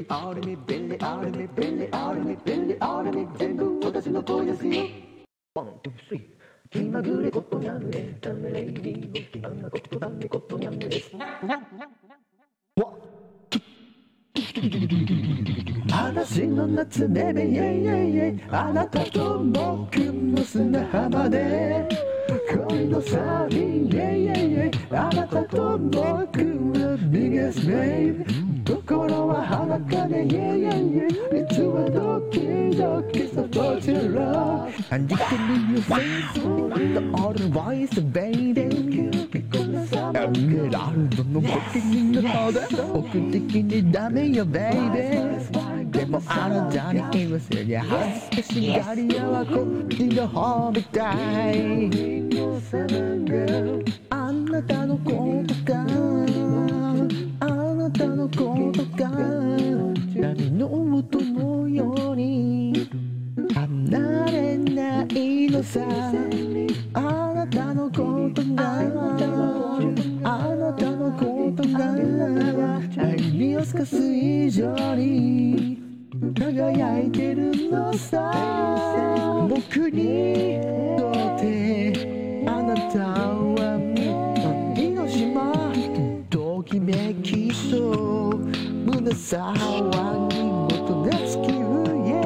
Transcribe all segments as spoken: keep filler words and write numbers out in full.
オルミ便利オルミ便利オルミ便利オルミ全部私の声ですよ。ワン、ツー、スリー。気まぐれことにゃむれダメレイディー気まぐれことダメことにゃむです。嵐の夏ベベイェイイェイイェイあなたと僕の砂浜で恋のサーフィンイェイイェイイェイあなたと僕のビゲスベイブ心は裸でイェイイェイイェイいつはドキドキさこちら And you can leave your face on the other voice baby エメラルドの僕にの方で僕的にダメよベイベーでもあなたに言わせりゃ恥ずかしがり屋はこっちの方みたいあなたのことがあなたのことが波の音のように離れないのさあなたのことがあなたのことが愛にを透かす以上に輝いてるのさ僕にとってあなたは愛の島ときめきそう胸騒ぎもとなつきる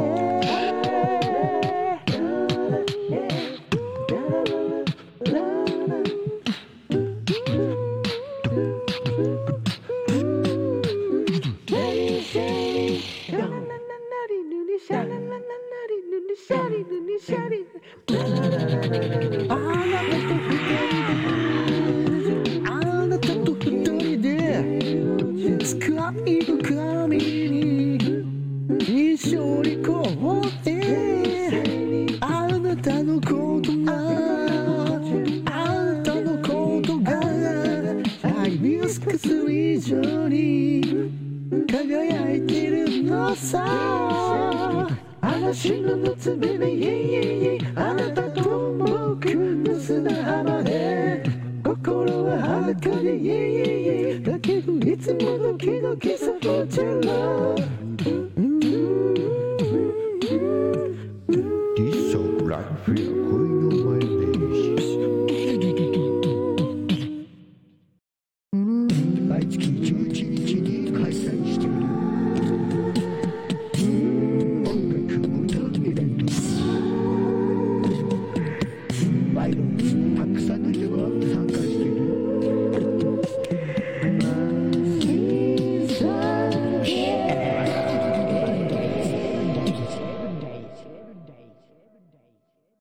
あなたと二人でスカイ深みに一緒にこうってあなたのことがあなたのことが愛に透かす以上に輝いてるのさ嵐の夏ベベイイェイイェイイェイあなたと僕の砂浜で心は裸でイェイイェイイェイだけどいつもドキドキさこちら